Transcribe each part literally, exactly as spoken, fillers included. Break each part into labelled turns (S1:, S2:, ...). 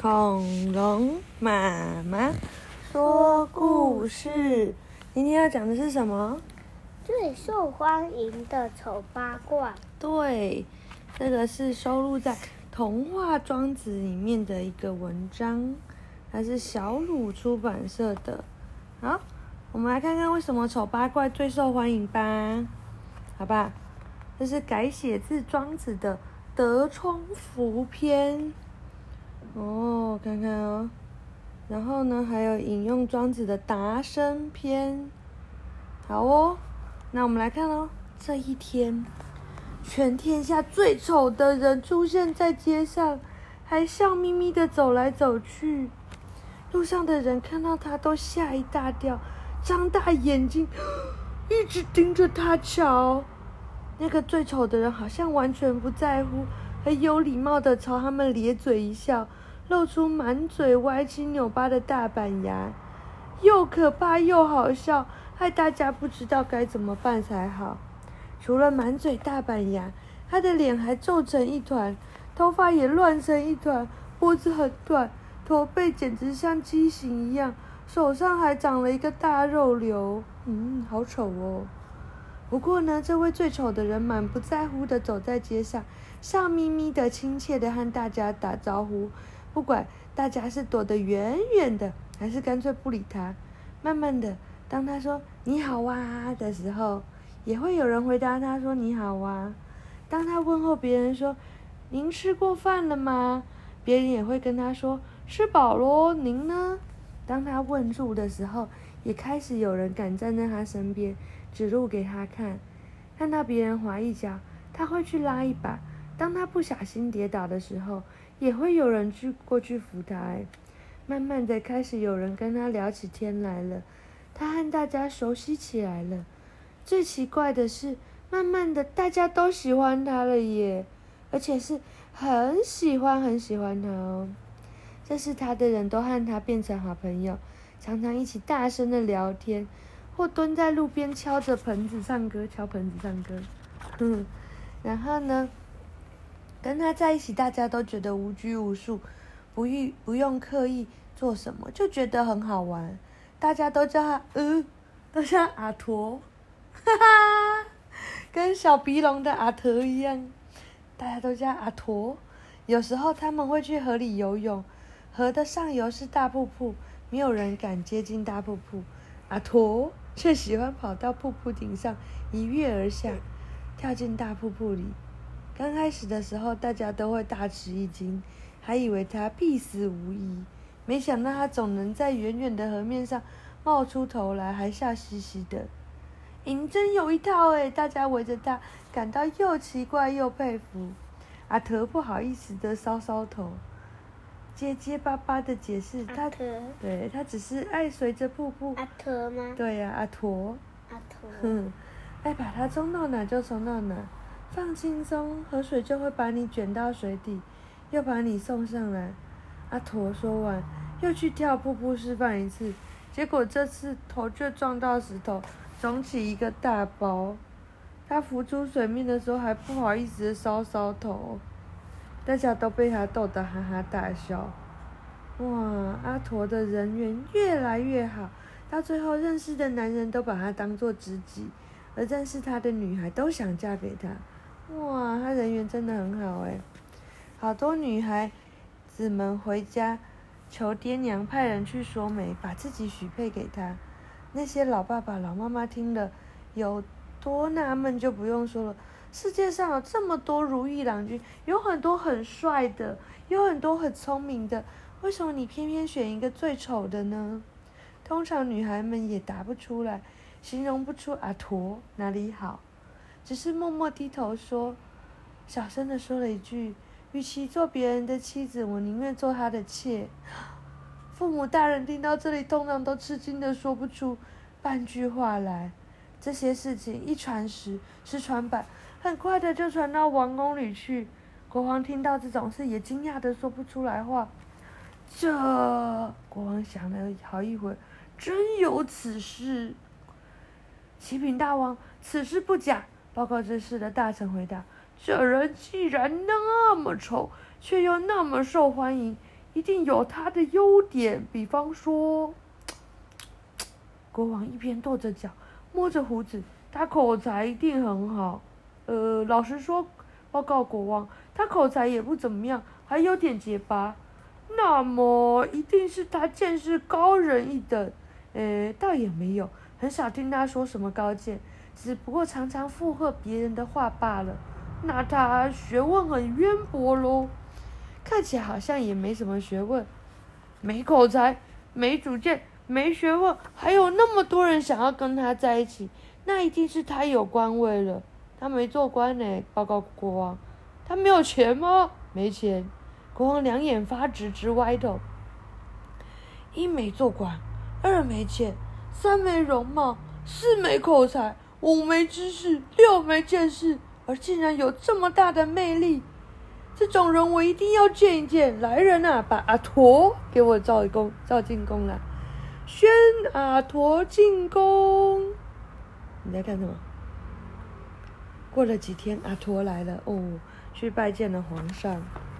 S1: 恐龙妈妈说故事。今天要讲的是什么？
S2: 最受欢迎的丑八怪。
S1: 对，这个是收录在童话庄子里面的一个文章，它是小鲁出版社的。好，我们来看看为什么丑八怪最受欢迎吧。好吧，这是改写自庄子的德充福篇。哦，看看哦，然后呢，还有引用庄子的达生篇。好哦，那我们来看哦，这一天，全天下最丑的人出现在街上，还笑眯眯的走来走去。路上的人看到他都吓一大跳，张大眼睛，一直盯着他瞧。那个最丑的人好像完全不在乎，很有礼貌的朝他们咧嘴一笑，露出满嘴歪七扭八的大板牙，又可怕又好笑，害大家不知道该怎么办才好。除了满嘴大板牙，他的脸还皱成一团，头发也乱成一团，脖子很短，驼背简直像畸形一样，手上还长了一个大肉瘤。嗯，好丑哦。不过呢，这位最丑的人满不在乎地走在街上，笑眯眯的亲切地和大家打招呼，不管大家是躲得远远的，还是干脆不理他。慢慢的，当他说你好啊的时候，也会有人回答他说你好啊。当他问候别人说您吃过饭了吗，别人也会跟他说吃饱咯，您呢？当他问路的时候，也开始有人敢站在他身边指路给他看。看到别人滑一跤，他会去拉一把。当他不小心跌倒的时候，也会有人去过去扶他。慢慢的，开始有人跟他聊起天来了，他和大家熟悉起来了。最奇怪的是，慢慢的大家都喜欢他了耶，而且是很喜欢很喜欢他哦。认识他的人都和他变成好朋友，常常一起大声的聊天，或蹲在路边敲着盆子唱歌，敲盆子唱歌。哼，然后呢，跟他在一起，大家都觉得无拘无束，不用不用刻意做什么，就觉得很好玩。大家都叫他，呃，都叫阿驼，哈哈，跟小鼻龙的阿驼一样，大家都叫阿驼。有时候他们会去河里游泳，河的上游是大瀑布，没有人敢接近大瀑布，阿驼却喜欢跑到瀑布顶上，一跃而下，跳进大瀑布里。刚开始的时候，大家都会大吃一惊，还以为他必死无疑。没想到他总能在远远的河面上冒出头来，还笑嘻嘻的。你真有一套诶，大家围着他，感到又奇怪又佩服。阿驼不好意思的搔搔头，结结巴巴的解释，他对他只是爱随着瀑布。
S2: 阿驼吗？
S1: 对呀、啊，阿驼。
S2: 阿驼。
S1: 哼，爱把它冲到哪就冲到哪，放轻松，河水就会把你卷到水底，又把你送上来。阿驼说完，又去跳瀑布示范一次，结果这次头却撞到石头，肿起一个大包。他浮出水面的时候还不好意思的搔搔头，大家都被他逗得哈哈大笑。哇，阿驼的人缘越来越好，到最后认识的男人都把他当作知己，而认识他的女孩都想嫁给他。哇，他人缘真的很好诶，好多女孩子们回家求爹娘派人去说媒，把自己许配给他。那些老爸爸老妈妈听了有多纳闷就不用说了，世界上有这么多如意郎君，有很多很帅的，有很多很聪明的，为什么你偏偏选一个最丑的呢？通常女孩们也答不出来，形容不出阿驼哪里好，只是默默低头说，小声的说了一句，与其做别人的妻子，我宁愿做他的妾。父母大人听到这里，通常都吃惊的说不出半句话来。这些事情一传十，十传百，很快的就传到王宫里去。国王听到这种事，也惊讶的说不出来话。这，国王想了好一会儿，真有此事。启禀大王，此事不假。报告这事的大臣回答：这人既然那么丑，却又那么受欢迎， 一定有他的优点，比方说，国王一边跺着脚，摸着胡子，他口才一定很好。呃，老实说，报告国王，他口才也不怎么样，还有点结巴。那么一定是他见识高人一等。呃，倒也没有，很少听他说什么高见，只不过常常附和别人的话罢了。那他学问很渊博咯，看起来好像也没什么学问，没口才，没主见，没学问，还有那么多人想要跟他在一起，那一定是他有官位了。他没做官呢，报告国王。他没有钱吗？没钱。国王两眼发直，直歪头。一没做官，二没钱，三没容貌，四没口才，五没知识，六没见识，而竟然有这么大的魅力，这种人我一定要见一见。来人啊，把阿陀给我召宫，召进宫来，宣阿陀进宫。你在看什么？过了几天，阿陀来了，哦，去拜见了皇上。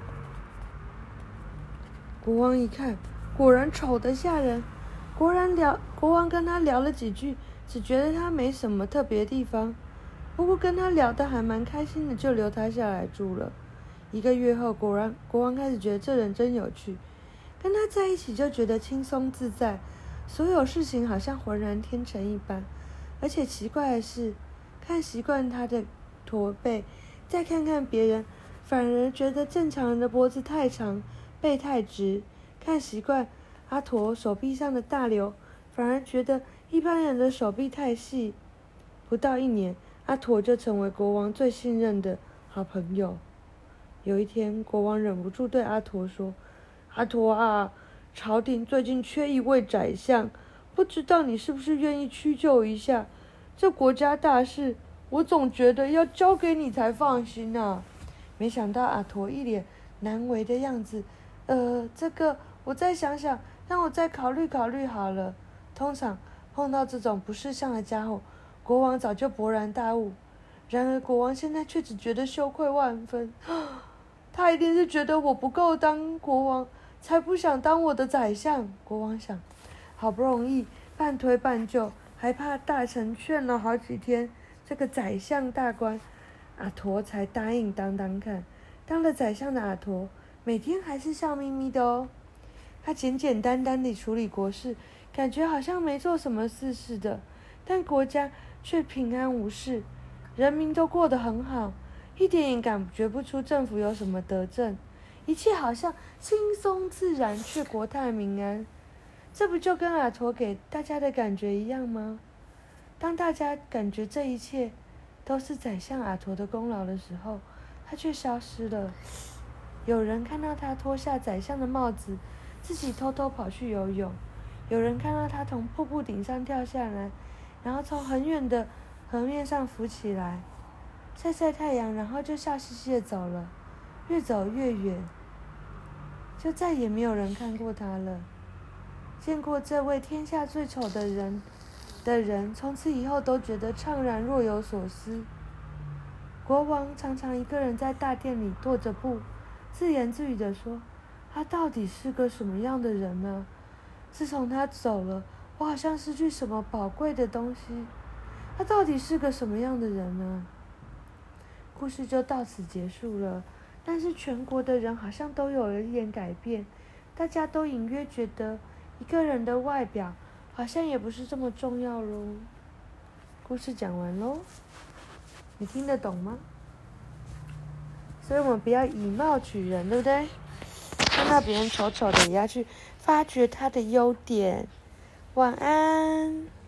S1: 国王一看，果然丑得吓人。国然聊，国王跟他聊了几句，只觉得他没什么特别地方，不过跟他聊得还蛮开心的，就留他下来住了。一个月后，果然国王开始觉得这人真有趣，跟他在一起就觉得轻松自在，所有事情好像浑然天成一般。而且奇怪的是，看习惯他的驼背，再看看别人，反而觉得正常人的脖子太长，背太直。看习惯阿驼手臂上的大瘤，反而觉得一般人的手臂太细。不到一年，阿驼就成为国王最信任的好朋友。有一天，国王忍不住对阿驼说：“阿驼啊，朝廷最近缺一位宰相，不知道你是不是愿意屈就一下？这国家大事，我总觉得要交给你才放心啊。”没想到阿驼一脸难为的样子，呃，这个我再想想，让我再考虑考虑好了。通常碰到这种不识相的家伙，国王早就勃然大悟。然而国王现在却只觉得羞愧万分，他一定是觉得我不够当国王，才不想当我的宰相。国王想，好不容易半推半就，还怕大臣劝了好几天，这个宰相大官阿驼才答应当当看。当了宰相的阿驼，每天还是笑眯眯的哦。他简简单单地处理国事，感觉好像没做什么事似的，但国家却平安无事，人民都过得很好，一点也感觉不出政府有什么得政，一切好像轻松自然，却国泰民安。这不就跟阿驼给大家的感觉一样吗？当大家感觉这一切都是宰相阿驼的功劳的时候，他却消失了。有人看到他脱下宰相的帽子，自己偷偷跑去游泳；有人看到他从瀑布顶上跳下来，然后从很远的河面上浮起来，晒晒太阳，然后就笑嘻嘻的走了。越走越远，就再也没有人看过他了。见过这位天下最丑的人的人，从此以后都觉得怅然若有所思。国王常常一个人在大殿里踱着步，自言自语地说：“他到底是个什么样的人呢？自从他走了，我好像失去什么宝贵的东西。他到底是个什么样的人呢？”故事就到此结束了。但是全国的人好像都有了一点改变，大家都隐约觉得一个人的外表好像也不是这么重要咯。故事讲完咯，你听得懂吗？所以我们不要以貌取人，对不对？看到别人丑丑的，也要去发掘他的优点。晚安。